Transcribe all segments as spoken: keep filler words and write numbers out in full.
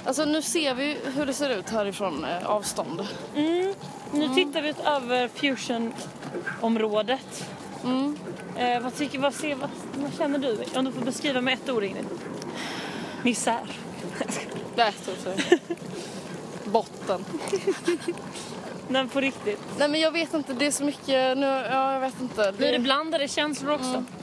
Alltså nu ser vi hur det ser ut härifrån eh, avstånd. Mm. Nu mm. tittar vi ut över Fusion-området. Mm. Eh, vad, tycker, vad, ser, vad, vad känner du? Om du får beskriva med ett ord, Ingrid. Misär. Det är så. Botten. Nej, på riktigt. Nej, men jag vet inte. Det är så mycket... Nu, ja, jag vet inte. Det... Blir det blandade känslor också? Mm.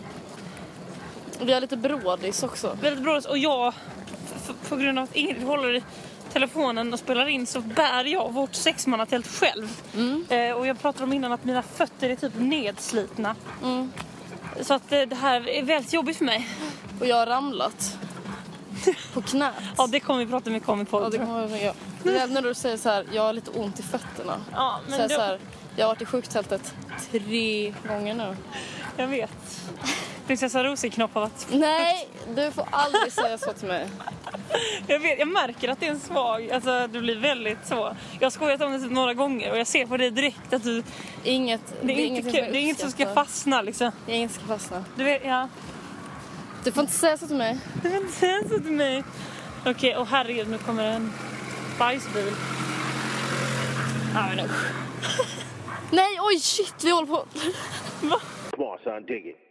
Vi har lite brådis också. Väldigt brådis. Och jag, f- på grund av att Ingrid håller i telefonen och spelar in, så bär jag vårt sexmannatält själv. Mm. Eh, och jag pratade om innan att mina fötter är typ nedslitna. Mm. Så att eh, det här är väldigt jobbigt för mig. Och jag har ramlat. På knät. Ja, det kommer vi prata mycket om i podden. Ja, det kommer vi, ja. Det är när du säger så här, jag har lite ont i fötterna. Ja, men så jag, då... så här, jag har varit i sjuktältet tre gånger nu. Jag vet. Prinsessa Rosenknopp har varit... Nej, du får aldrig säga så till mig. Jag vet, jag märker att det är en svag... Alltså, du blir väldigt så... Jag har skojat om det några gånger och jag ser på dig direkt att du... Inget, det är, det är, inte, det är inget som ska fastna, liksom. Det är inget som ska fastna. Du vet, ja. Du får inte säga så till mig. Du får inte säga så till mig. Okej, okay, och herregud, nu kommer en bajsbil. Ja, men usch. Nej, oj, shit, vi håller på. Va? Come on, son, dig it.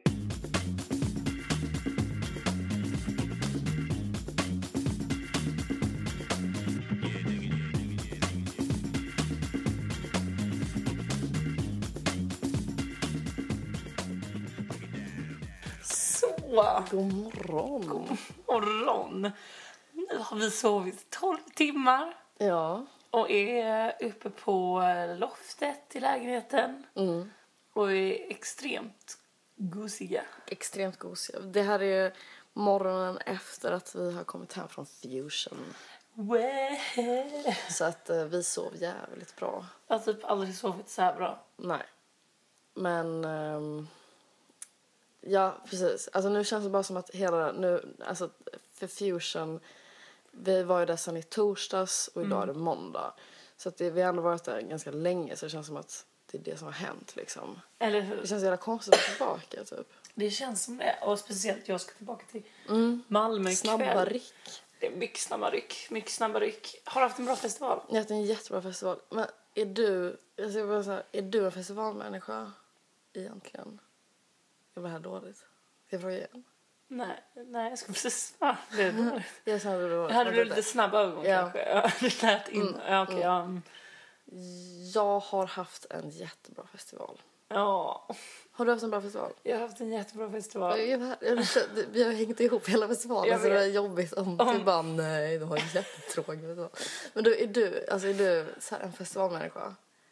Så. God morgon. God morgon. Nu har vi sovit tolv timmar. Ja. Och är uppe på loftet i lägenheten. Mm. Och är extremt gosiga. Extremt gosiga. Det här är morgonen efter att vi har kommit hem från Fusion. Well. Så att uh, vi sov jävligt bra. Jag har typ aldrig sovit så här bra. Nej. Men... Um, ja, precis. Alltså nu känns det bara som att hela... Nu, alltså för Fusion... Vi var ju där sedan i torsdags och idag mm. är det måndag. Så att det, vi har ändå varit där ganska länge. Så det känns som att det är det som har hänt liksom. Eller hur? Det känns jävla konstigt att vara tillbaka typ. Det känns som det. Och speciellt jag ska tillbaka till mm. Malmö snabba kväll. ryck. Det är mycket snabba ryck. Mycket snabba ryck. Har du haft en bra festival? Jag har haft en jättebra festival. Men är du... Jag ska bara säga, är du en festivalmänniska egentligen? Är det här dåligt? Ska jag fråga igen? Nej, nej, jag ska precis svara. Det är dåligt. Jag sa det då. Hade du lite snabb övergång ja. kanske? Ja, det lät in. Mm. Ja, okej. Ja. Jag har haft en jättebra festival. Ja. Har du haft en bra festival? Jag har haft en jättebra festival. Jag, jag, jag, vi har hängt ihop hela festivalen så det är jobbigt om om... du bara nej, du har en jättetråkig festival. Men då är du, alltså är du så här en festivalmänniska?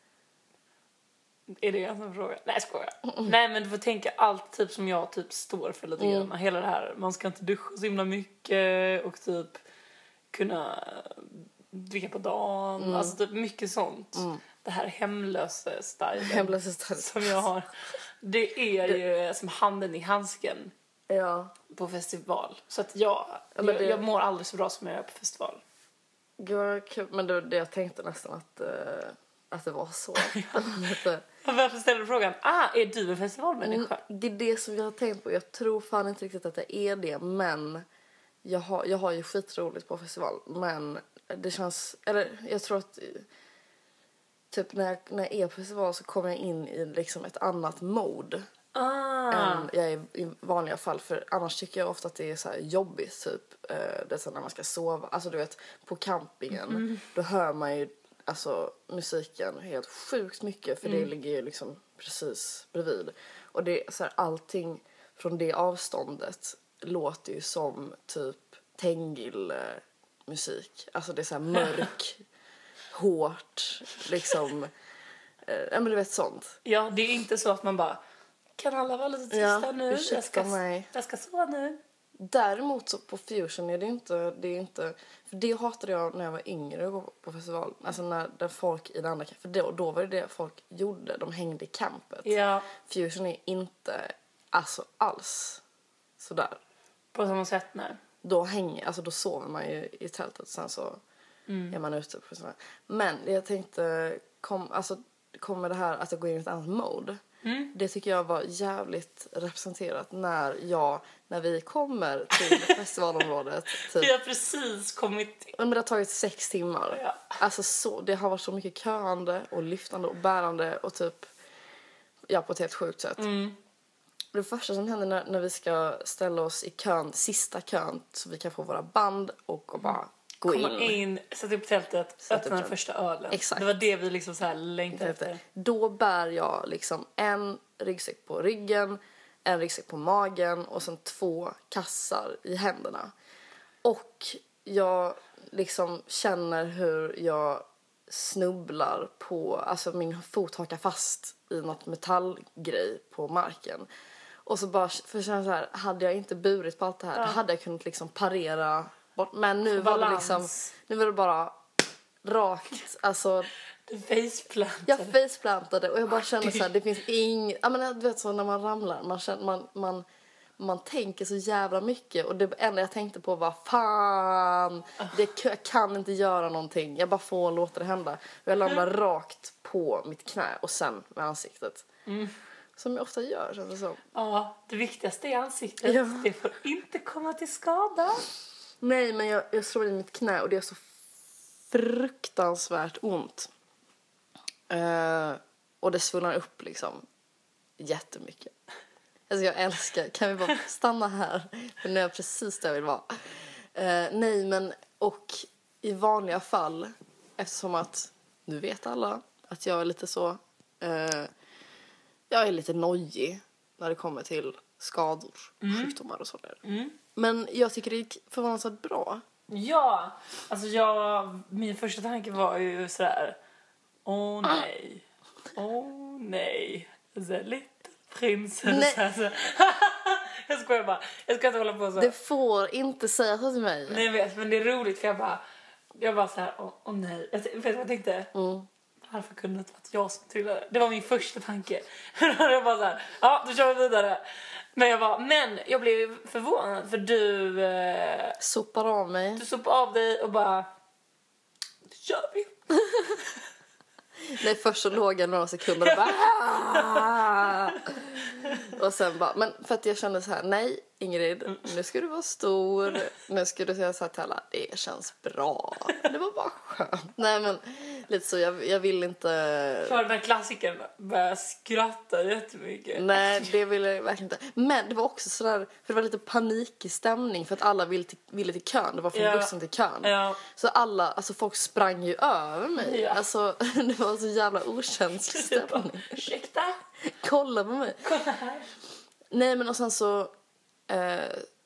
Är det en fråga? Nej, jag skojar. Mm. Nej, men du får tänka allt typ som jag typ står för lite grann. Mm. Hela det här, man ska inte duscha så himla mycket och typ kunna dricka på dagen. Mm. Alltså typ mycket sånt. Mm. Det här hemlösa stylen. Hemlösa stylen. Som jag har. Det är ju som handen i handsken. Ja. På festival. Så att jag, ja, det... jag, jag mår aldrig så bra som jag är på festival. Gud vad kul. Men det, det jag tänkte nästan att... Uh... Att det var så. Varför ställer du frågan? Ah, är du en festivalmänniska? Mm, det är det som jag har tänkt på. Jag tror fan inte riktigt att det är det. Men jag har, jag har ju skitroligt på festival. Men det känns... Eller jag tror att... Typ när jag, när jag är på festival så kommer jag in i liksom ett annat mode. Ah. Än jag är i vanliga fall. För annars tycker jag ofta att det är så här jobbigt. Typ det är så när man ska sova. Alltså du vet, på campingen. Mm. Då hör man ju... Alltså musiken helt sjukt mycket för mm. det ligger ju liksom precis bredvid. Och det är så här, allting från det avståndet låter ju som typ Tengil musik. Alltså det är så här mörk, hårt, liksom eh, ja men du vet sånt. Ja, det är inte så att man bara kan alla vara lite tysta ja, nu? Jag ska, mig. jag ska sova nu. Däremot så på Fusion är det inte, det är inte, för det hatade jag när jag var yngre och gå på festival. Alltså när, när folk i det andra, för då, då var det det folk gjorde, de hängde i campet. Ja. Fusion är inte, alltså alls sådär. På samma sätt, nej. Då hänger, alltså då sover man ju i tältet, sen så mm. är man ute på sådär. Men jag tänkte, kom, alltså kommer det här att jag går in i ett annat mode. Mm. Det tycker jag var jävligt representerat när jag, när vi kommer till festivalområdet. Typ. Vi har precis kommit... Men det har tagit sex timmar. Ja. Alltså så, det har varit så mycket köande och lyftande och bärande och typ, ja, på ett helt sjukt sätt. Mm. Det första som händer när, när vi ska ställa oss i kön, sista kön, så vi kan få våra band och, och bara gå Komma in. in, sätta upp tältet, Sätta öppna upp den första ölen. Exakt. Det var det vi liksom så här längtade efter. Då bär jag liksom en ryggsäck på ryggen, en ryggsäck på magen och sen två kassar i händerna. Och jag liksom känner hur jag snubblar på, alltså min fot hakar fast i något metallgrej på marken. Och så bara, för jag känner så här, hade jag inte burit på allt det här, Ja. då hade jag kunnat liksom parera bort. Men nu var det Balans. liksom, nu var det bara rakt, alltså Du faceplantade. jag faceplantade och jag bara kände så här, det finns inget, ja men du vet så när man ramlar, man känner, man, man, man tänker så jävla mycket och det enda jag tänkte på var fan, det, jag kan inte göra någonting, jag bara får låta det hända. Och jag landar rakt på mitt knä och sen med ansiktet. Mm. Som jag ofta gör, känns det som. Ja, det viktigaste är ansiktet. Ja. Det får inte komma till skada. Nej, men jag, jag slår i mitt knä och det är så fruktansvärt ont. Uh, och det svullnar upp liksom jättemycket. Alltså jag älskar, kan vi bara stanna här? För nu är jag precis där jag vill vara. Uh, nej, men och i vanliga fall, eftersom att nu vet alla att jag är lite så, uh, jag är lite nojig när det kommer till skador, Mm. sjukdomar och sådär. Mm. Men jag tycker det gick förvånansvärt bra. Ja, alltså jag, min första tanke var ju sådär, åh nej, åh nej, the little princess. Nej. Alltså. Jag skojar bara, jag ska inte hålla på så. Det får inte säga så till mig. Nej, jag vet, men det är roligt för jag bara, jag bara såhär, åh, åh nej. Jag, vet du vad jag tänkte? Mm. Varför kunde det inte varit jag som trillade? Det var min första tanke. Jag bara såhär, ja, då kör vi vidare. Men jag bara, men jag blev förvånad för du, eh, Sopar av mig. du sopade av dig och bara, då kör vi. Nej, först så låg jag några sekunder och bara "Ah!" och sen bara, men för att jag kände så här, nej Ingrid, nu ska du vara stor, nu ska du säga så här till alla, det känns bra, det var bara skönt. Nej men lite så, jag, jag vill inte, För den här klassikern började skratta jättemycket. nej det ville jag verkligen inte. Men det var också sådär, för det var lite panik i stämning för att alla ville till, ville till kön, det var från Ja. bussen till kön. Ja. Så alla, alltså folk sprang ju över mig, Ja. alltså det var så jävla okänslig Du bara, stämning. ursäkta? Kolla på mig. Kolla här. Nej, men och sen så eh,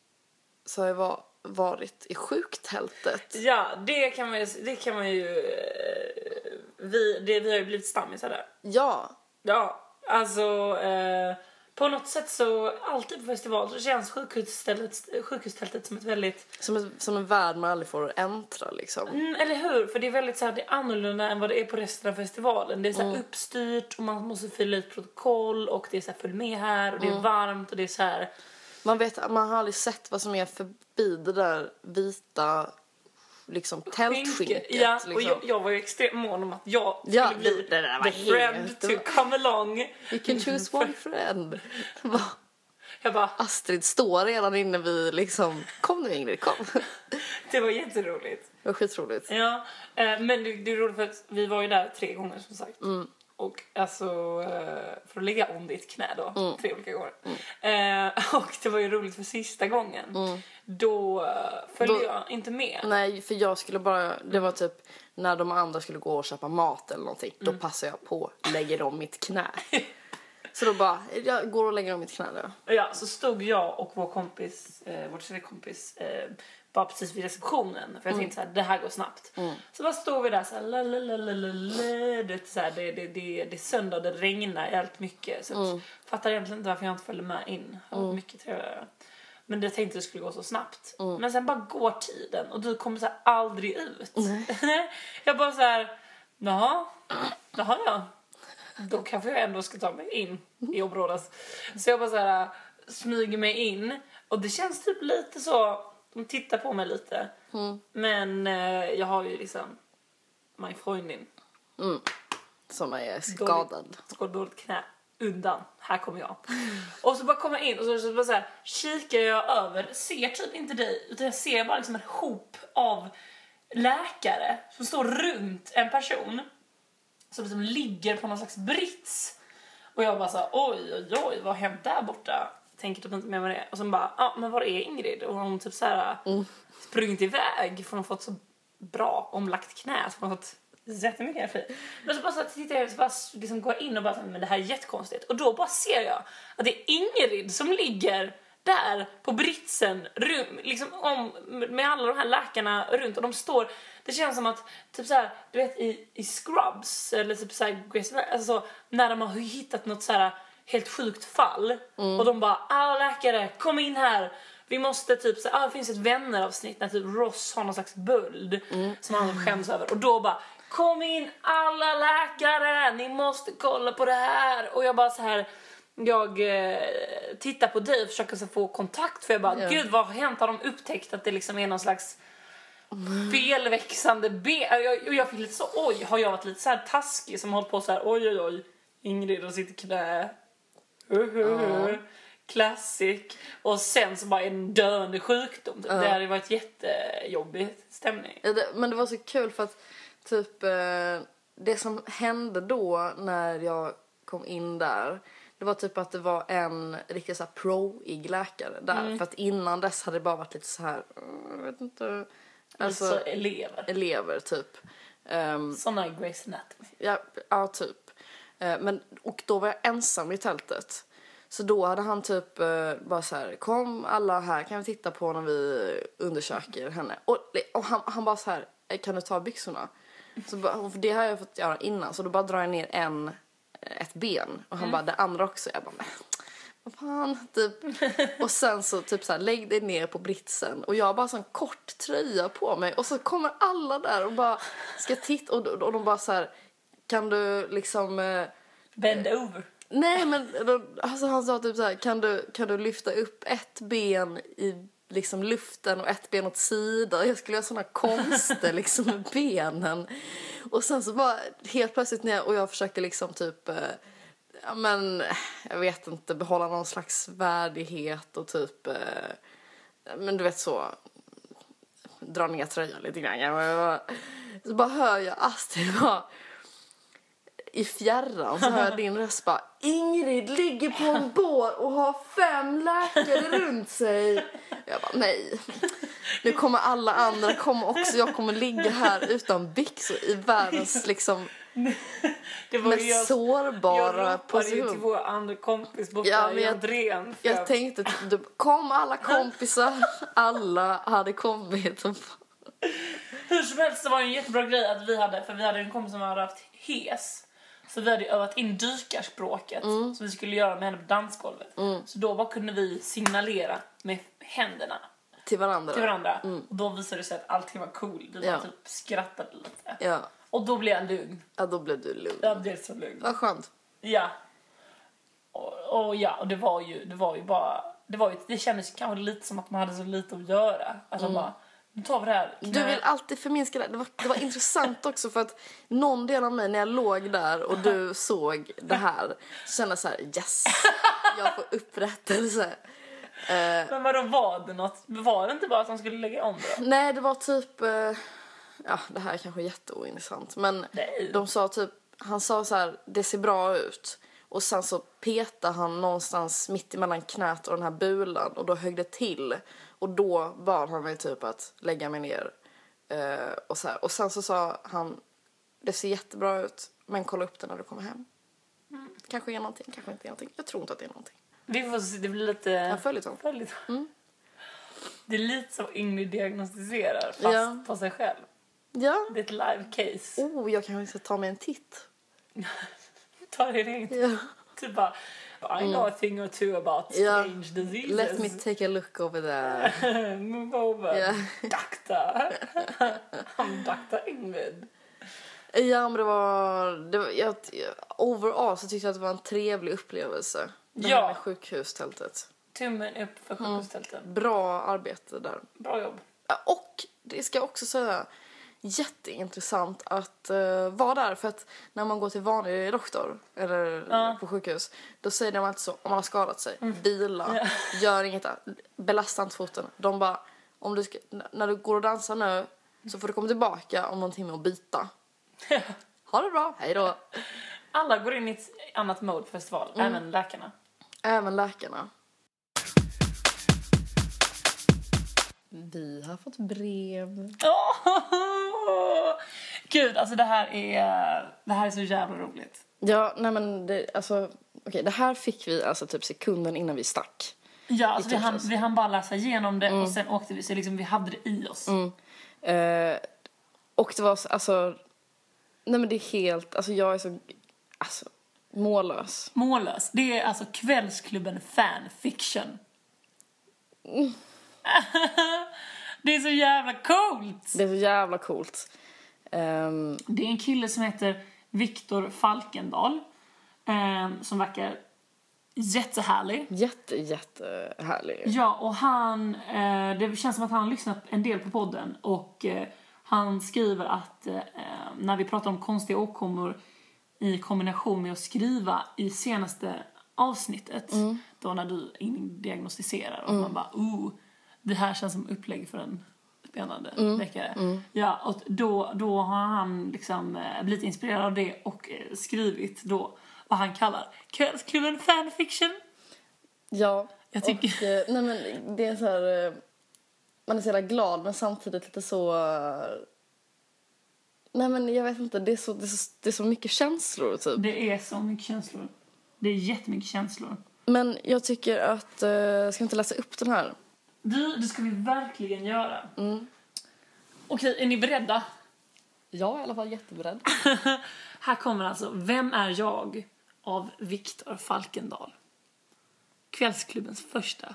så har jag var, varit i sjuktältet. Ja, det kan man ju, det kan man ju eh, vi, det, vi har ju blivit stammisar där. Ja, Ja, alltså eh, på något sätt så alltid på festival så känns sjukhustältet, sjukhustältet som ett väldigt, som, ett, som en värld man aldrig får äntra liksom. mm, eller hur? För det är väldigt så här, det är annorlunda än vad det är på resten av festivalen. Det är så här Mm. uppstyrt och man måste fylla i ett protokoll och det är så här, följ med här och det är Mm. varmt och det är så här. Man vet, man har aldrig sett vad som är förbi det där vita liksom tältskinket. Ja, liksom. och jag, jag var ju extremt mån om att jag skulle Ja, bli det- det där var the friend helt- to det var- come along. You can choose one friend. Va? Jag bara, Astrid står redan inne vid liksom, kom nu Ingrid, kom. det var jätteroligt. Det var skitroligt. Ja, eh, men det, det är roligt för att vi var ju där tre gånger som sagt. Mm. Och alltså, eh, för att lägga om ditt knä då, Mm. tre olika gånger. Eh, och det var ju roligt för sista gången. Mm. Då eh, följde Då- jag inte med. Nej, för jag skulle bara, det var typ när de andra skulle gå och köpa mat eller någonting, då passar jag på, lägger om mitt knä. Så då bara, jag går och lägger om mitt knä nu. Ja, så stod jag och vår kompis, eh, vår tjejkompis, eh, bara precis vid receptionen. För jag tänkte så här, det här går snabbt. Mm. Så bara stod vi där så här, la, la, la, la, la, la, det, är så här, det, det, det, det är söndag, det regnar helt mycket. Så jag fattar egentligen inte varför jag inte följde med in. Det var mycket trevligare. Men jag tänkte att det skulle gå så snabbt. Men sen bara går tiden och du kommer så här aldrig ut. Jag bara så här, jaha, jaha ja. Då kanske jag ändå ska ta mig in i området. Så jag bara så här smyger mig in. Och det känns typ lite så, de tittar på mig lite. Mm. Men eh, jag har ju liksom my Freundin. Mm. Som är skadad. Dåligt, dåligt knä. undan, här kommer jag. Och så bara kommer jag in och så, så bara så här, kikar jag över, ser typ inte dig, utan jag ser bara liksom en hop av läkare som står runt en person som liksom ligger på någon slags brits. Och jag bara så här, oj, oj, oj, vad har hänt där borta? Tänker typ inte mer med det. Och så bara, ja, men var är Ingrid? Och hon typ så här mm. sprungit iväg för hon har fått så bra omlagt knä, så hon har fått jättemycket energi. Men så bara så tittar jag, så bara liksom går in och bara, men det här är jättekonstigt. Och då bara ser jag att det är Ingrid som ligger där på britsen rum, liksom om, med alla de här läkarna runt, och de står, det känns som att typ så här, du vet i, i Scrubs eller typ så här, alltså när de har hittat något så här helt sjukt fall mm. och de bara, alla läkare kom in här, vi måste typ så här, ah, det finns ett vänneravsnitt när typ Ross har någon slags böld mm. som han skäms över, och då bara, kom in alla läkare, ni måste kolla på det här. Och jag bara så här, jag eh, tittar på dig och försöker så få kontakt, för jag bara, ja. Gud, vad har hänt? Har de upptäckt att det liksom är någon slags mm. felväxande ben? Och jag, jag fick lite så, oj, har jag varit lite så här taskig som hållit på så här, oj, oj, oj, Ingrid och sitt knä. Uh, uh, uh. Mm. Classic. Och sen så bara en döende sjukdom. Mm. Det hade varit jättejobbig stämning. Ja, det, men det var så kul för att typ eh, det som hände då när jag kom in där, det var typ att det var en riktigt så här pro-ig läkare där. Mm. För att innan dess hade det bara varit lite så här, jag vet inte. Alltså, alltså elever. Elever typ. Um, Såna i Grey's Anatomy. Ja, ja typ. Uh, men, och då var jag ensam i tältet. Så då hade han typ uh, bara så här, kom alla här, kan vi titta på när vi undersöker henne. Och, och han, han bara så här, kan du ta byxorna? Så bara, för det har jag fått göra innan. Så då bara drar jag ner en, ett ben. Och han mm. bara, det andra också. Jag bara, men vad fan, typ. Och sen så typ så här, lägg dig ner på britsen. Och jag har bara så en kort tröja på mig. Och så kommer alla där och bara ska titta. Och, och de bara så här, kan du liksom eh, bend over? Nej, men då, alltså han sa typ så här, kan du, kan du lyfta upp ett ben i liksom luften och ett ben åt sidan. Jag skulle göra såna konster liksom med benen. Och sen så bara helt plötsligt när jag, och jag försökte liksom typ eh, ja men jag vet inte, behålla någon slags värdighet och typ eh, men du vet så dra ner tröjan lite grann. Så bara hör jag Astrid bara i fjärran, så hör jag din röst bara, Ingrid ligger på en bår och har fem läkare runt sig. Jag bara, nej. Nu kommer alla andra komma också. Jag kommer ligga här utan byxor i världens liksom det var mest jag, sårbara jag position. Jag till vår andra kompis borta ja, i Andrén. Jag, jag tänkte, kom alla kompisar. Alla hade kommit. Hur som helst så var det en jättebra grej att vi hade, för vi hade en kompis som hade haft hes. Så vi hade övat in dykarspråket mm. som vi skulle göra med henne på dansgolvet. Mm. Så då bara kunde vi signalera med händerna till varandra. Till varandra. Mm. Och då visade det sig att allting var cool. Vi ja. bara typ skrattade lite. Ja. Och då blev jag lugn. Ja, då blev du lugn. Jag blev så lugn. Vad skönt. Ja. Och, och ja, och det var ju det var ju bara det var ju det kändes kanske lite som att man hade så lite att göra. Alltså mm. bara nu tar vi det här. Du vill alltid förminska det. Det var, det var intressant också för att någon del av mig när jag låg där och du såg det här kände så här, yes, jag får upprättelse. Uh, Men vadå, var det något? Var det inte bara att de skulle lägga om det? Nej, det var typ uh, ja, det här är kanske jätteointressant, men nej. De sa typ, han sa så här, det ser bra ut. Och sen så petade han någonstans mitt emellan knät och den här bulan och då högg det till. Och då bad han mig typ att lägga mig ner. Uh, och, så här. Och sen så sa han, det ser jättebra ut, men kolla upp det när du kommer hem. Mm. Kanske är någonting, kanske inte är någonting. Jag tror inte att det är någonting. Vi får se, det blir lite... Jag följer så. Följer så. Mm. Det är lite som Ingrid diagnostiserar, fast ja. på sig själv. Ja. Det är ett live case. Oh, jag kanske ska ta mig en titt. Ta det rent. Ja. Typ bara, I know a thing or two about strange yeah. diseases. Let me take a look over there. Move over. Yeah. Doctor. I'm doctor Ingrid. Ja, men det var... Det var jag, overall så tyckte jag att det var en trevlig upplevelse. Det ja. här med sjukhustältet. Tummen upp för sjukhustältet. Mm. Bra arbete där. Bra jobb. Och det ska jag också säga... jätteintressant att uh, vara där. För att när man går till vanlig doktor eller Ja. på sjukhus, då säger de alltid så, om man har skadat sig, Mm. vila, Ja. gör inget, belasta inte foten. De bara, om du ska, när du går och dansar nu så får du komma tillbaka om någon timme och byta. Ha det bra, hej då. Alla går in i ett annat mode på festival, Mm. även läkarna. Även läkarna. Vi har fått brev. Oh! Gud, alltså det här är det här är så jävla roligt. Ja, nej men det, alltså, okej, det här fick vi alltså typ sekunden innan vi stack. Ja, alltså vi hann, torsdags. vi hann bara läsa igenom det och sen åkte vi, så liksom vi hade det i oss. Mm. Eh, och det var så- alltså, nej men det är helt, alltså jag är så, alltså, mållös. Mållös. Det är alltså Kvällsklubben fanfiction. Mm. Det är så jävla coolt. Det är så jävla coolt. Ehm, Det är en kille som heter Viktor Falkendal ehm, som verkar jättehärlig. jätte, jätte härlig. Ja, och han, eh, det känns som att han har lyssnat en del på podden och eh, han skriver att eh, när vi pratar om konstiga åkommor i kombination med att skriva i senaste avsnittet, Mm. då när du diagnostiserar och man bara, oh, det här känns som upplägg för en spännande Mm. läkare. Ja, och då, då har han liksom eh, blivit inspirerad av det och eh, skrivit då vad han kallar Kvällsklubben fanfiction. Ja, Jag tycker- och, eh, nej men det är så här, eh, man är så jävla glad men samtidigt lite så, eh, nej men jag vet inte, det är så, det är så, det är så mycket känslor typ. Det är så mycket känslor. Det är jättemycket känslor. Men jag tycker att, eh, ska jag inte läsa upp den här? Du, det ska vi verkligen göra. Mm. Okej, är ni beredda? Jag är i alla fall jätteberedd. Här kommer alltså Vem är jag? Av Viktor Falkendal. Kvällsklubbens första.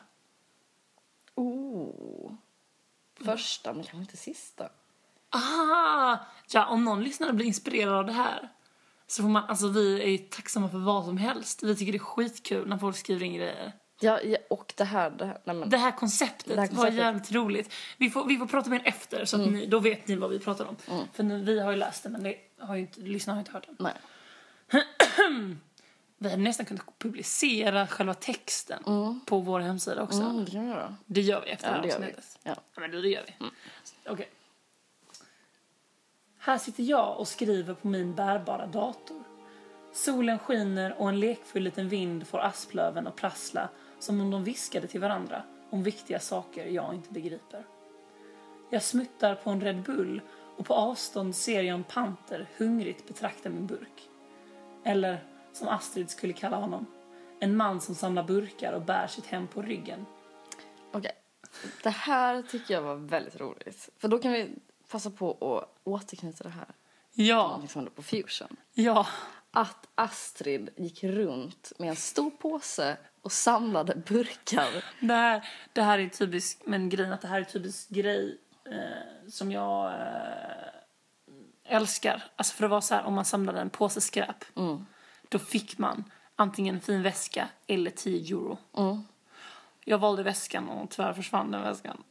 Oh. Första, men kanske inte sista. Ah! Ja, om någon lyssnare blir inspirerad av det här så får man, alltså vi är ju tacksamma för vad som helst. Vi tycker det är skitkul när folk skriver in grejer. Ja, ja, och det här, det här, nej men. Det här konceptet, Det här var konceptet. jävligt roligt. Vi får, vi får prata mer efter så att ni, då vet ni vad vi pratar om. Mm. För nu, vi har ju läst det men det har ju inte, lyssnarna har inte hört den. Nej. Vi hade nästan kunnat publicera själva texten på vår hemsida också. Mm, det kan vi göra. Det gör vi efter Ja, det gör vi. avsnittet. Ja. Ja, men det gör vi. Okej. Här sitter jag och skriver på min bärbara dator. Solen skiner och en lekfull liten vind får asplöven att prassla som om de viskade till varandra om viktiga saker jag inte begriper. Jag smuttar på en Red Bull och på avstånd ser jag en panter hungrigt betrakta min burk. Eller, som Astrid skulle kalla honom, en man som samlar burkar och bär sitt hem på ryggen. Okej. Det här tycker jag var väldigt roligt. För då kan vi passa på att återknyta det här. Ja, Liksom på Fusion. ja. Att Astrid gick runt med en stor påse och samlade burkar. Det här, det här är typisk, men grejen att det här är typisk grej eh, som jag eh, älskar. Alltså för att vara så här, om man samlade en påse skräp, Mm. då fick man antingen en fin väska eller tio euro. Mm. Jag valde väskan och tyvärr försvann den väskan.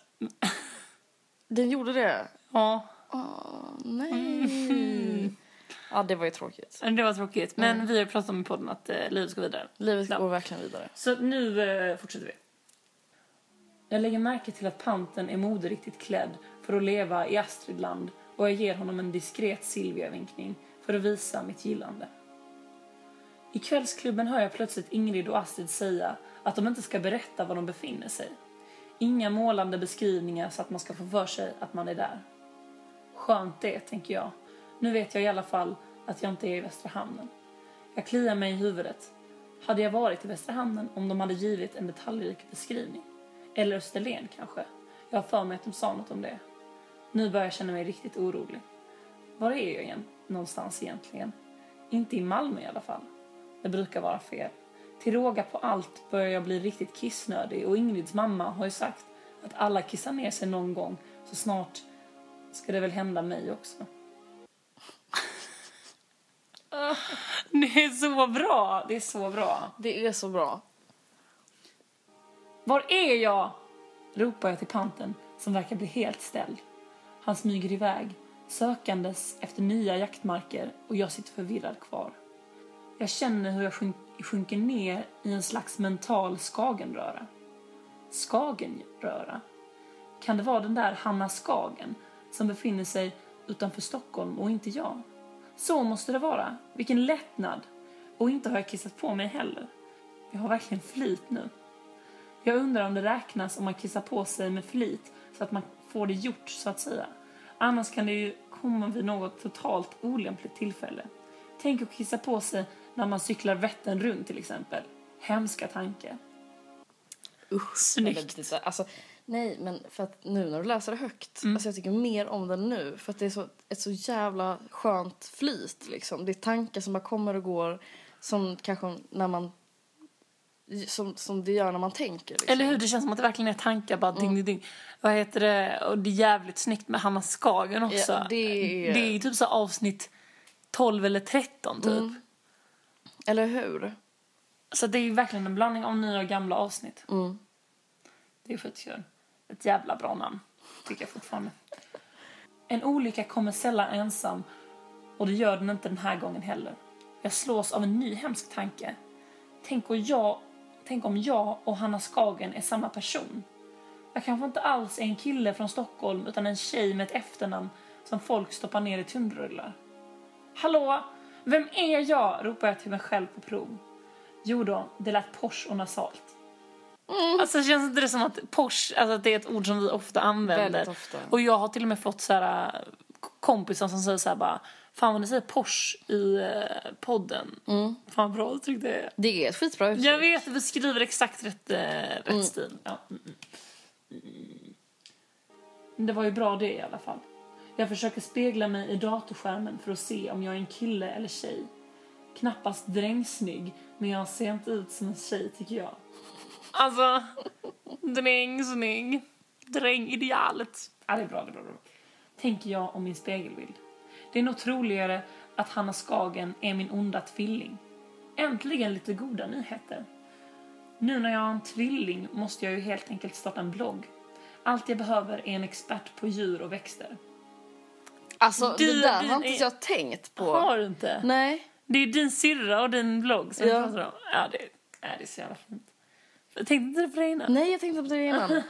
Den gjorde det? Ja, Åh, nej. Ja, det var ju tråkigt. det var tråkigt. Men vi har pratat om i podden att eh, livet ska vidare. Livet Ja. går verkligen vidare. Så nu eh, fortsätter vi. Jag lägger märke till att panten är moderiktigt klädd för att leva i Astridland och jag ger honom en diskret Silvia-vinkning för att visa mitt gillande. I kvällsklubben hör jag plötsligt Ingrid och Astrid säga att de inte ska berätta var de befinner sig. Inga målande beskrivningar så att man ska få för sig att man är där. Skönt det, tänker jag. Nu vet jag i alla fall att jag inte är i Västra hamnen. Jag kliar mig i huvudet. Hade jag varit i Västra hamnen om de hade givit en detaljrik beskrivning? Eller Österlen kanske? Jag har för mig att de sa något om det. Nu börjar jag känna mig riktigt orolig. Var är jag igen? Någonstans egentligen? Inte i Malmö i alla fall. Det brukar vara fel. Till råga på allt börjar jag bli riktigt kissnödig och Ingrids mamma har ju sagt att alla kissar ner sig någon gång, så snart ska det väl hända mig också. Det är så bra, det är så bra. Det är så bra. Var är jag? Ropar jag till panten som verkar bli helt ställd. Han smyger iväg, sökandes efter nya jaktmarker, och jag sitter förvirrad kvar. Jag känner hur jag sjunk- sjunker ner i en slags mental skagenröra. Skagenröra? Kan det vara den där Hanna Skagen som befinner sig utanför Stockholm och inte jag? Så måste det vara. Vilken lättnad. Och inte har jag kissat på mig heller. Jag har verkligen flit nu. Jag undrar om det räknas om man kissar på sig med flit så att man får det gjort, så att säga. Annars kan det ju komma vid något totalt olämpligt tillfälle. Tänk att kissa på sig när man cyklar Vättern runt till exempel. Hemska tanke. Usch. Snyggt. Alltså, nej, men för att nu när du läser det högt, Mm. alltså jag tycker mer om den nu. För att det är så, ett så jävla skönt flyt liksom. Det är tankar som bara kommer och går, som kanske när man, som, som det gör när man tänker. Liksom. Eller hur? Det känns som att det verkligen är tankar, bara ding, ding, ding. Vad heter det? Och det är jävligt snyggt med Hanna Skagen också. Ja, det är... det är typ så avsnitt tolv eller tretton typ. Mm. Eller hur? Så det är ju verkligen en blandning av nya och gamla avsnitt. Mm. Det är skitkul. Ett jävla bra namn, tycker jag fortfarande. En olycka kommer sällan ensam, och det gör den inte den här gången heller. Jag slås av en ny hemsk tanke. Tänk om jag, tänk om jag och Hanna Skagen är samma person. Jag kanske inte alls är en kille från Stockholm, utan en tjej med ett efternamn som folk stoppar ner i tunnbrullar. Hallå, vem är jag? Ropar jag till mig själv på prov. Jo då, det lät posh och nasalt. Mm. Alltså känns inte det som att posh, alltså att det är ett ord som vi ofta använder. Ofta. Och jag har till och med fått så här kompisar som säger så här bara, fan vad ni säger posh i eh, podden. Mm. Fan vad bra uttryck det är. Det är ett skitbra uttryck. Jag vet, vi skriver exakt rätt, eh, rätt mm. stil. Ja. Mm, mm. Det var ju bra det i alla fall. Jag försöker spegla mig i datorskärmen för att se om jag är en kille eller tjej. Knappast drängsnygg, men jag ser inte ut som en tjej, tycker jag. Alltså, drängsnygg. Drängidealet. Ja, det är bra, det är bra, det är bra. Tänker jag om min spegelbild. Det är nog troligare att Hanna Skagen är min onda tvilling. Äntligen lite goda nyheter. Nu när jag har en tvilling måste jag ju helt enkelt starta en blogg. Allt jag behöver är en expert på djur och växter. Alltså, du, det där du, har inte jag tänkt på. Har du inte? Nej. Det är din syrra och din blogg som ja. jag pratar om. Ja, det, ja, det är så jävla fint. Jag tänkte inte på det innan. Nej, jag tänkte på det innan.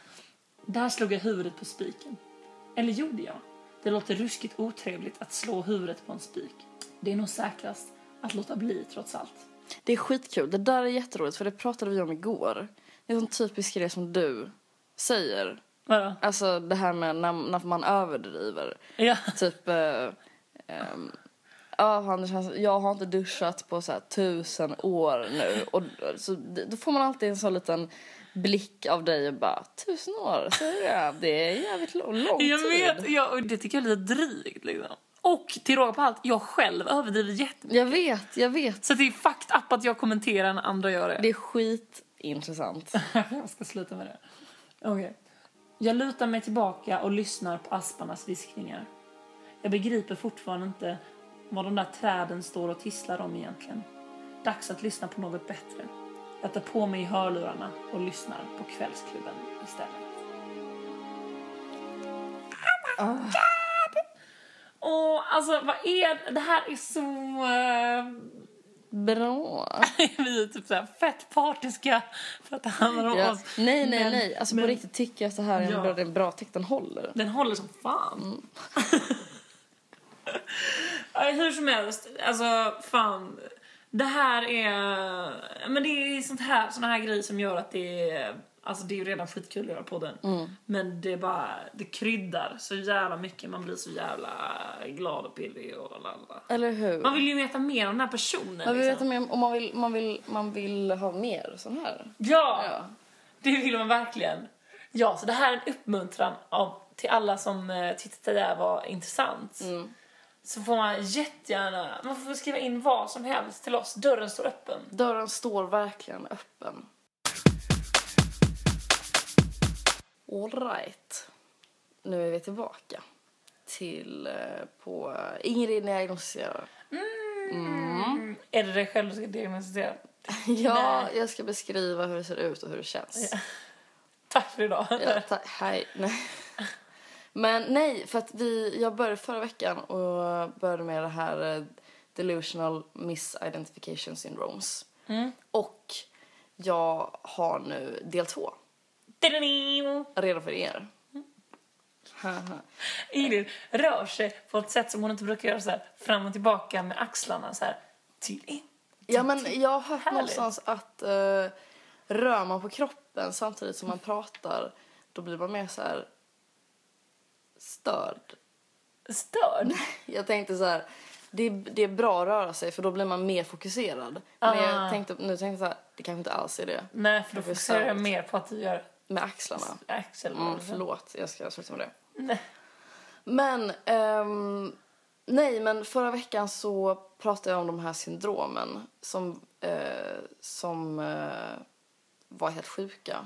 Där slog jag huvudet på spiken. Eller gjorde jag? Det låter ruskigt otrevligt att slå huvudet på en spik. Det är nog säkrast att låta bli trots allt. Det är skitkul. Det där är jätteroligt, för det pratade vi om igår. Det är en typisk grej som du säger. Vadå? Alltså det här med när, när man överdriver. Ja. Typ... Eh, eh, ja, han känns, jag har inte duschat på så här tusen år nu. Och så, då får man alltid en sån liten blick av dig och bara, tusen år, så ja, det är jävligt lång, lång tid. Jag vet, ja, och det tycker jag är lite drygt liksom. Och till råga på allt, jag själv överdriver jättemycket. Jag vet, jag vet. Så det är fucked up att jag kommenterar när andra gör det. Det är skitintressant. Jag ska sluta med det. Okej. Okay. Jag lutar mig tillbaka och lyssnar på asparnas viskningar. Jag begriper fortfarande inte vad de där träden står och tisslar om egentligen. Dags att lyssna på något bättre. Jag tar på mig hörlurarna och lyssnar på Kvällsklubben istället. Oh my god! Åh, alltså vad är det här är så... Uh... Bra. Vi är typ så här fett partiska för att det handlar om ja. oss. Nej, nej, men, nej. Alltså men, på riktigt tycker jag att det här är en, ja. bra, en bra text. Den håller. Den håller som fan. Mm. Hur som helst, alltså fan, det här är, men det är sånt här, såna här grejer som gör att det är, alltså det är ju redan skitkul att göra på den. Mm. Men det är bara, det kryddar så jävla mycket, man blir så jävla glad och pillig och lalla. Eller hur? Man vill ju veta mer om den här personen. Man vill liksom. veta mer, och man vill, man vill, man vill ha mer sån här. Ja, ja, det vill man verkligen. Ja, så det här är en uppmuntran av, till alla som eh, tyckte att det där var intressant. Mm. Så får man jättegärna, man får skriva in vad som helst till oss. Dörren står öppen. Dörren står verkligen öppen. All right. Nu är vi tillbaka till eh, på Ingrid diagnostiserar. Mm. Mm. Är det dig själv du ska diagnostisera? Ja, nej. Jag ska beskriva hur det ser ut och hur det känns. Ja. Tack för idag. Ja, ta- hej. Nej. Men nej, för att vi, jag började förra veckan och började med det här eh, delusional misidentification syndromes. Mm. Och jag har nu del två. Redo för er. Elin rör sig på ett sätt som hon inte brukar göra, så här fram och tillbaka med axlarna så här till in. Ja, men jag har hört Härligt. någonstans att uh, rör man på kroppen samtidigt som man pratar, då blir man mer så här störd. Störd? Jag tänkte så här, det är, det är bra att röra sig för då blir man mer fokuserad. Men Ah. jag tänkte, nu tänkte jag så här, det kanske inte alls är det. Nej, för då Jag blir fokuserar jag störd. mer på att du gör Med axlarna. axel. Mm, förlåt, jag ska sluta med det. Nej. Men, ehm, nej, men förra veckan så pratade jag om de här syndromen som, eh, som eh, var helt sjuka.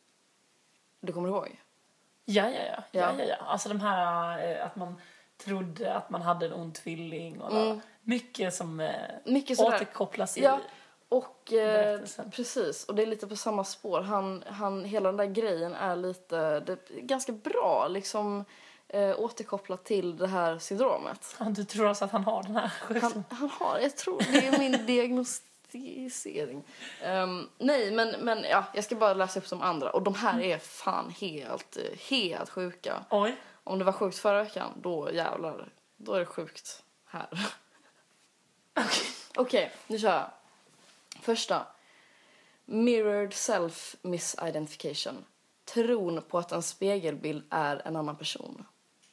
Du kommer ihåg? Ja, ja, ja. ja, Ja. ja, ja. Alltså de här eh, att man trodde att man hade en ond tvilling och Mm. mycket som eh, Mycket sådär. återkopplas i. Ja, och eh, berättelsen. precis. Och det är lite på samma spår. Han, han, hela den där grejen är lite, det är ganska bra liksom eh, återkopplat till det här syndromet. Ja, du tror alltså att han har den här sjukdomen? Han, han har, jag tror det är min diagnostisering. Um, nej, men, men ja, jag ska bara läsa upp de andra. Och de här är fan helt, helt sjuka. Oj. Om det var sjukt förra veckan, då jävlar, då är det sjukt här. Okej. Okej, nu kör jag. Första. Mirrored self misidentification. Tron på att en spegelbild är en annan person.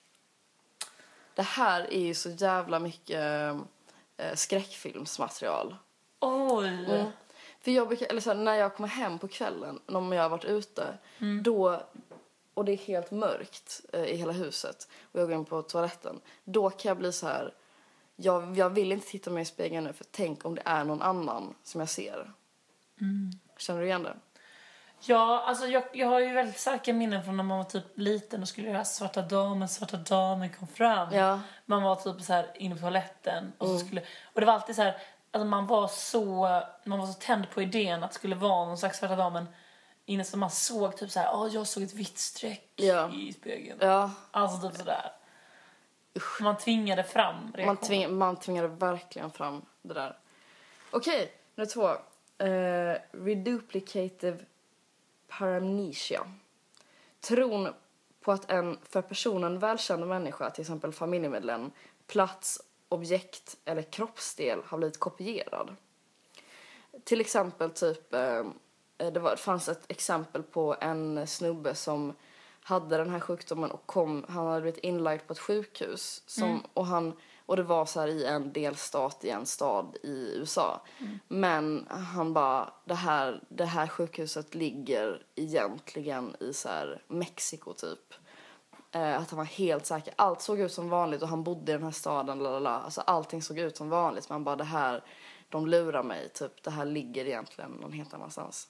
Det här är ju så jävla mycket eh, skräckfilmsmaterial. Oj. Mm. För jag brukar, eller så här, när jag kommer hem på kvällen, om jag har varit ute, då, och det är helt mörkt eh, i hela huset och jag går in på toaletten, då kan jag bli så här, jag, jag vill inte titta mig i spegeln nu för tänk om det är någon annan som jag ser. Mm. Känner du igen det? Ja, alltså jag, jag har ju väldigt starka minnen från när man var typ liten och skulle göra Svarta damen, Svarta damen kom fram. Ja. Man var typ så här inne på toaletten och så skulle, och det var alltid så här, alltså man var så man var så tänd på idén att det skulle vara någon slags Svarta damen innan, så man såg typ så här, åh, jag såg ett vitt streck Ja. i spegeln. Ja, Alltså typ så där. Man tvingade fram reaktionen. man, tving, man tvingade verkligen fram det där. Okej, nummer två. Uh, reduplicative paramnesia. Tron på att en för personen välkänd människa, till exempel familjemedlem, plats, objekt eller kroppsdel har blivit kopierad. Till exempel typ eh, det, var, det fanns ett exempel på en snubbe som hade den här sjukdomen och kom, han hade blivit inlagd på ett sjukhus som, Mm. och han och det var så här i en delstat i en stad i U S A. Mm. Men han bara, det här, det här sjukhuset ligger egentligen i så här Mexiko typ. Eh, att han var helt säker. Allt såg ut som vanligt och han bodde i den här staden. Lalala. Alltså allting såg ut som vanligt. Men bara det här, de lurar mig typ. Det här ligger egentligen någon helt annanstans.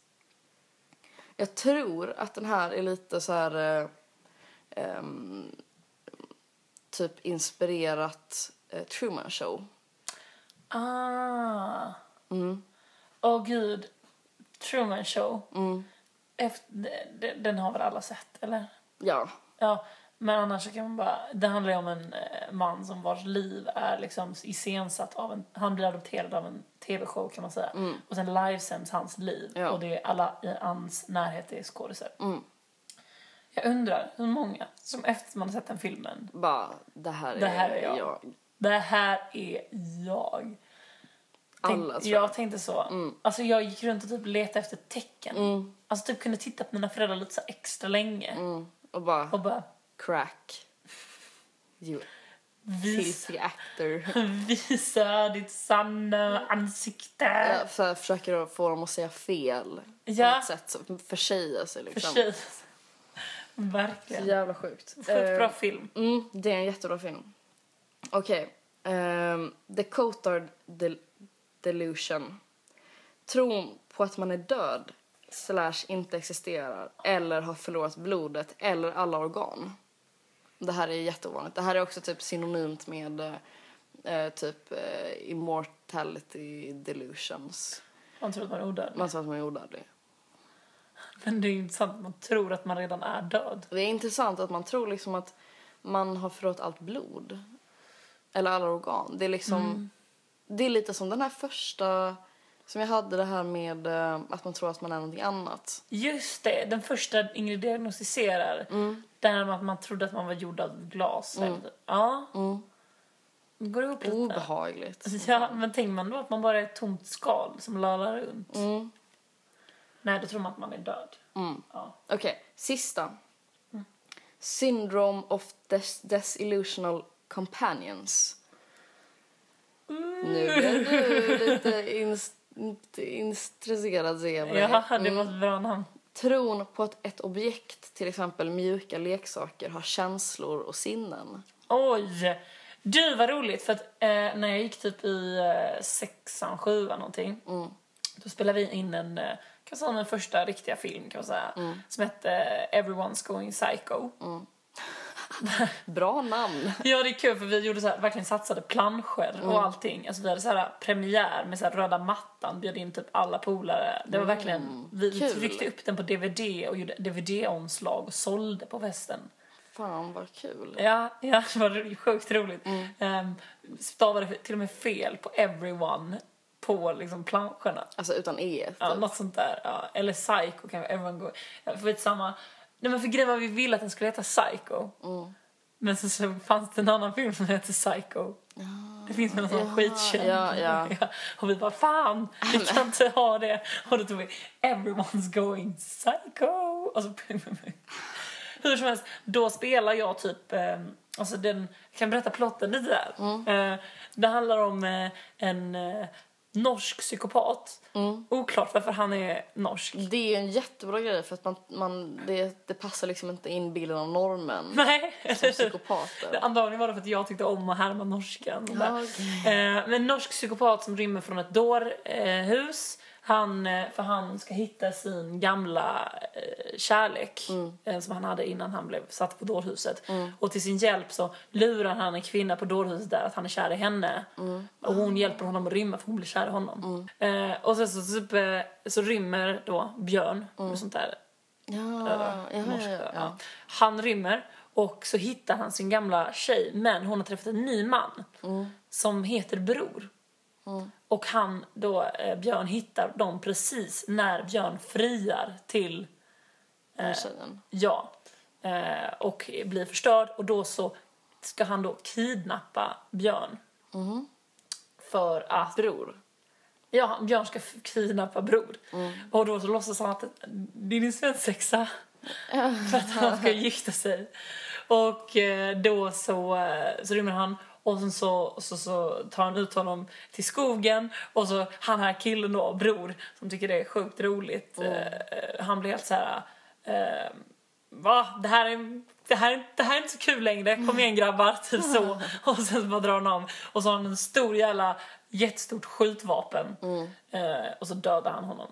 Jag tror att den här är lite så här eh, ehm, typ inspirerat eh, Truman Show. Ah. Mm. Åh gud. Truman Show. Mm. Efter, de- den har väl alla sett, eller? Ja. Ja, men annars så kan man bara... Det handlar ju om en eh, man som vars liv är liksom iscensatt av en... Han blir adopterad av en tv-show kan man säga. Mm. Och sen livesänds hans liv. Ja. Och det är alla i hans närhet är skådisar. Mm. Jag undrar hur många som efter man har sett den filmen... Bara, det här är, Det här är jag. jag. Det här är jag. Tänk, Alla tror jag. jag tänkte så. Mm. Alltså jag gick runt och typ letade efter tecken. Mm. Alltså typ kunde titta på mina föräldrar lite så extra länge. Mm. Och bara, Och bara... crack. You Vis, filthy actor. visa ditt sanna ansikte. Jag för, försöker att få dem att säga fel. Ja. På något sätt. Så försäga sig liksom. För sig. Så Verkligen. jävla sjukt. Sjukt bra Eh, film. Mm, det är en jättebra film. Okej. ehm, The Cotard del- Delusion. Tron på att man är död slash inte existerar eller har förlorat blodet eller alla organ. Det här är jätteovanligt. Det här är också typ synonymt med eh, typ eh, immortality delusions. Man tror att man är odödlig. Man tror att man är odödlig. Men det är ju intressant att man tror att man redan är död. Det är intressant att man tror liksom att man har förrått allt blod. Eller alla organ. Det är liksom... Mm. Det är lite som den här första... Som jag hade det här med uh, att man tror att man är någonting annat. Just det, den första Ingrid diagnostiserar. Mm. Där man, att man trodde att man var gjord av glas. Mm. Eller, ja. Mm. Det går ihop lite. Obehagligt. Ja, men tänker man då att man bara är ett tomt skal som lallar runt? Mm. Nej, då tror man att man är död. Mm. Ja. Okej, okay. Sista. Mm. Syndrome of des- Desillusional Companions. Mm. Nu är du lite inst- intresserad, ser jag. Ja, det var ett bra namn. Tron på att ett objekt, till exempel mjuka leksaker, har känslor och sinnen. Oj! Du, var roligt, för att eh, när jag gick typ i eh, sexan, sjuan någonting, Mm. då spelade vi in en, eh, kan man säga, en första riktiga film, kan man säga, Mm. som hette eh, Everyone's Going Psycho. Mm. Bra namn. Ja, det är kul, för vi gjorde så här, verkligen satsade planscher Mm. och allting. Alltså vi hade så här premiär med så här röda mattan, bjöd in typ alla polare. Det var verkligen, vi Kul. tryckte upp den på D V D och gjorde D V D-omslag och sålde på festen. Fan vad kul. Ja, ja, det var sjukt roligt. Mm. Um, stavade till och med fel på everyone på liksom planscherna. Alltså utan e. Typ. Ja, något sånt där. Ja. Eller Psycho kan everyone go. Ja, för vet samma. Nej, men för grejen var vi ville att den skulle heta Psycho. Mm. Men så, så fanns det en annan film som heter Psycho. Ja. Det finns någon sån Ja, skitkänd. ja, ja. Ja. Och vi bara, fan, vi kan inte ha det. Och då tog vi Everyone's Going Psycho. Och så hur som helst, då spelar jag typ, eh, alltså den, jag kan berätta plotten lite där. Mm. Eh, det handlar om eh, en eh, norsk psykopat. Mm. Oklart varför han är norsk. Det är ju en jättebra grej för att man, man, det, det passar liksom inte in bilden av normen Nej, som psykopater. antagligen var det för att jag tyckte om att härma norskan. Och Ja, okay. eh, men en norsk psykopat som rymmer från ett dårhus. Eh, hus. Han, för han ska hitta sin gamla eh, kärlek Mm. eh, som han hade innan han blev satt på dårhuset. Mm. Och till sin hjälp så lurar han en kvinna på dårhuset där att han är kär i henne. Mm. Och hon hjälper honom att rymma för hon blir kär i honom. Mm. Eh, och sen så, så, så, så rymmer då Björn Mm. och sånt där. Ja, eh, ja, norska, ja, ja. ja. Han rymmer och så hittar han sin gamla tjej, men hon har träffat en ny man Mm. som heter Bror. Mm. Och han då, eh, Björn, hittar dem precis när Björn friar till Den tjejen. ja, eh, och blir förstörd. Och då så ska han då kidnappa Björn Mm. för att Bror. ja, Björn ska f- kidnappa Bror. Mm. Och då så låtsas han att det är din svensexa för att han ska gifta sig. Och eh, då så, eh, så rymmer han. Och sen så, så, så tar han ut honom till skogen. Och så han här killen då, Bror, som tycker det är sjukt roligt. Mm. Eh, han blir helt så här... Eh, va? Det här, är, det, här, det här är inte så kul längre. Kom igen grabbar, typ så. Och sen så bara drar han om. Och så har han en stor jävla, jättestort skjutvapen. Mm. Eh, och så dödar han honom.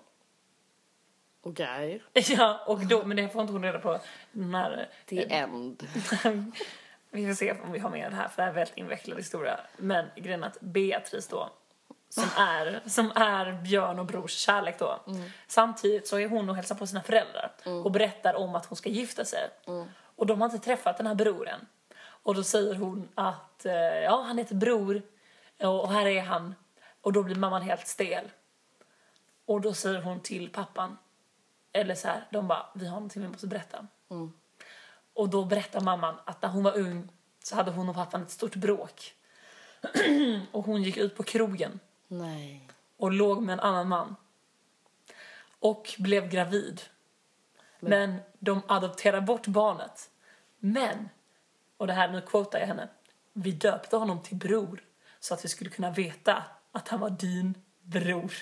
Okej. Ja, och då, men det får inte hon reda på. Den här, The end. vi får se om vi har med det här, för det här är en väldigt invecklad historia. Men grejen är att Beatrice då, som är, som är Björn och Brors kärlek då. Mm. Samtidigt så är hon och hälsar på sina föräldrar. Mm. Och berättar om att hon ska gifta sig. Mm. Och de har inte träffat den här broren. Och då säger hon att eh, ja, han heter Bror. Och här är han. Och då blir mamman helt stel. Och då säger hon till pappan. Eller så här, de bara, vi har någonting vi måste berätta. Mm. Och då berättar mamman att när hon var ung så hade hon och pappan ett stort bråk. Och hon gick ut på krogen Nej. och låg med en annan man. Och blev gravid. Men, Men de adopterade bort barnet. Men, och det här, nu quotar jag henne. Vi döpte honom till Bror så att vi skulle kunna veta att han var din bror.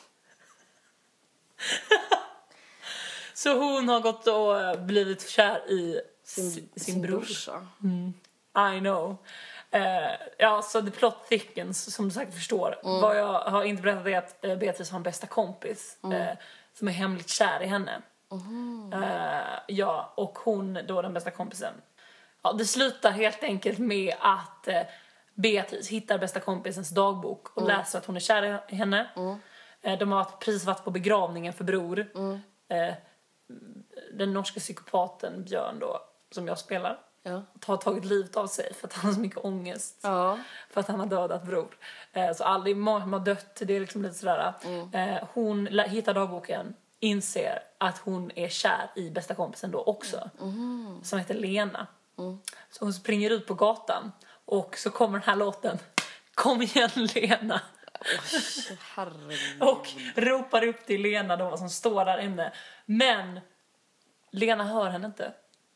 Så hon har gått och blivit kär i Sin, sin, sin, sin bror. brorsa. Mm. I know. Uh, ja, så the plot thickens, som du säkert förstår. Mm. Vad jag har inte berättat är att uh, Beatrice har en bästa kompis Mm. uh, som är hemligt kär i henne. Mm. Uh, ja, och hon då, den bästa kompisen. Ja, det slutar helt enkelt med att uh, Beatrice hittar bästa kompisens dagbok och Mm. läser att hon är kär i henne. Mm. Uh, de har precis varit på begravningen för Bror. Mm. Uh, den norska psykopaten Björn då, som jag spelar. Ja. har tagit livet av sig för att han har så mycket ångest. Ja. För att han har dödat bror. Eh, så aldrig många som har dött. Det är liksom lite sådär. Mm. Eh, hon lä- hittar dagboken. Inser att hon är kär i bästa kompisen då också. Mm. Som heter Lena. Mm. Så hon springer ut på gatan. Och så kommer den här låten. Kom igen Lena. Oj, herregud. Och ropar upp till Lena då som står där inne. Men Lena hör henne inte.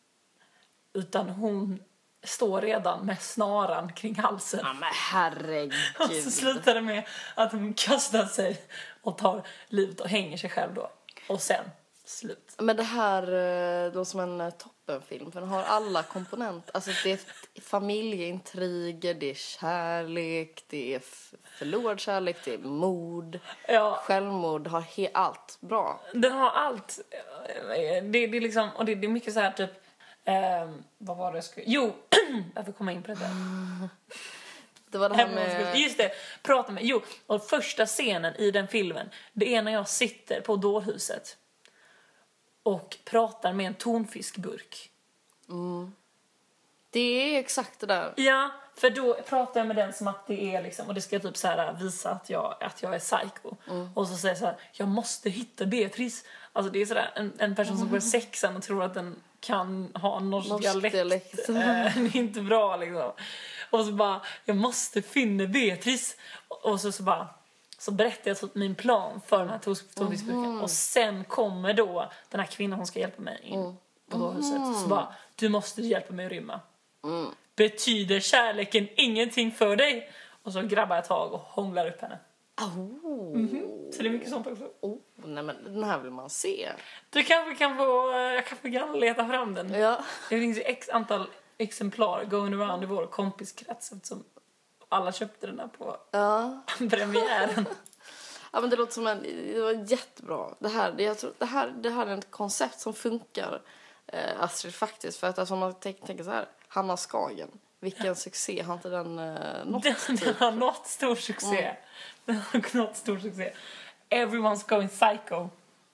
Utan hon står redan med snaran kring halsen. Ja, men herregud. Och så slutar det med att hon kastar sig och tar livet och hänger sig själv då. Och sen slut. Men det här eh, då som en eh, toppenfilm. För den har alla komponenter. Alltså det är familjeintriger, det är kärlek, det är f- förlorad kärlek, det är mord, Ja, självmord, har he- allt bra. den har allt. Det, det är liksom, och det, det är mycket så här typ... Eh, vad var det jag skulle... Jo, jag får komma in på det där. Det var det här med... Just det, prata med. Jo, och första scenen i den filmen, det är när jag sitter på dårhuset och pratar med en tonfiskburk. Mm. Det är exakt det där. Ja, för då pratar jag med den som att det är liksom, och det ska typ så här visa att jag, att jag är psycho. Mm. Och så säger jag så här, jag måste hitta Beatrice. Alltså det är sådär en, en person som går sexan och tror att den kan ha norsk, norsk dialekt. dialekt. äh, det är inte bra liksom. Och så bara, jag måste finna Beatrice. Och så, så bara, så berättar jag så min plan för den här tonfiskburken. Mm. Och sen kommer då den här kvinnan som ska hjälpa mig in mm. på dårhuset. Mm. Så bara, du måste hjälpa mig att rymma. Mm. Betyder kärleken ingenting för dig? Och så grabbar jag tag och hånglar upp henne. Oh. Mm-hmm. Så det är mycket sånt också. Oh, nej men den här vill man se. Du kanske kan få, jag kanske kan leta fram den. Ja. Det finns ju x antal exemplar going around i vår kompiskrets eftersom alla köpte den här på ja. premiären. Ja men det låter som en, det var jättebra. Det här, det, jag tror, det här, det här är ett koncept som funkar, eh, Astrid, faktiskt. För att alltså, man tänker, tänker så här, Hanna Skagen. Vilken succé, har inte den eh, nått? Den, den typ? har nått stor succé. Mm. Den har nått stor succé. Everyone's going psycho.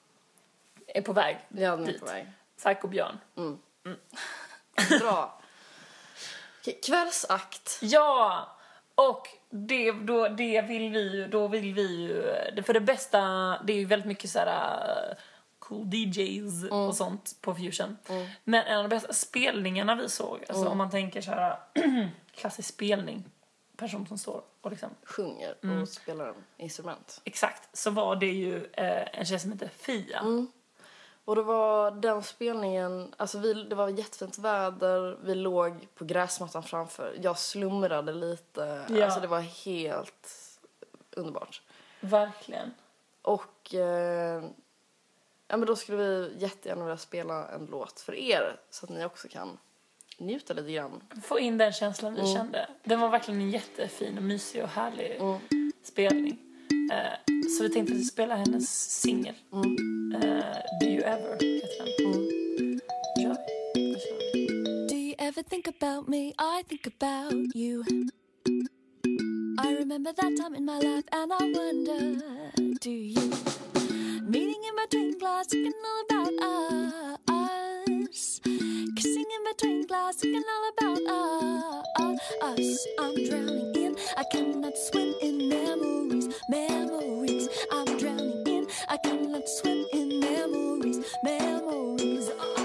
Är på väg. Ja, den är på väg. Psycho Björn. Mm. Mm. Bra. Okej, kvällsakt. Ja, och det, då, det vill vi ju, då vill vi ju, för det bästa, det är ju väldigt mycket så här uh, cool D Js mm. och sånt på Fusion. Mm. Men en av de bästa spelningarna vi såg, alltså mm. om man tänker så här klassisk spelning, person som står och liksom sjunger och mm. spelar instrument. Exakt, så var det ju eh, en tjej som heter Fia. Mm. Och det var den spelningen, alltså vi, det var jättefint väder, vi låg på gräsmattan framför, jag slumrade lite, ja. Alltså det var helt underbart. Verkligen. Och eh, ja, men då skulle vi jättegärna vilja spela en låt för er så att ni också kan njuta lite grann. Få in den känslan vi mm. kände. Den var verkligen en jättefin och mysig och härlig mm. spelning. Uh, så vi tänkte att vi spela hennes singel. Mm. Uh, Do You Ever heter den. Mm. Kör vi. Kör vi. Do you ever think about me? I think about you. I remember that time in my life and I wonder, do you? Meeting in between glass, thinking all about us. Kissing in between glass, thinking all about uh, us. I'm drowning in, I cannot swim in memories, memories. I'm drowning in, I cannot swim in memories, memories.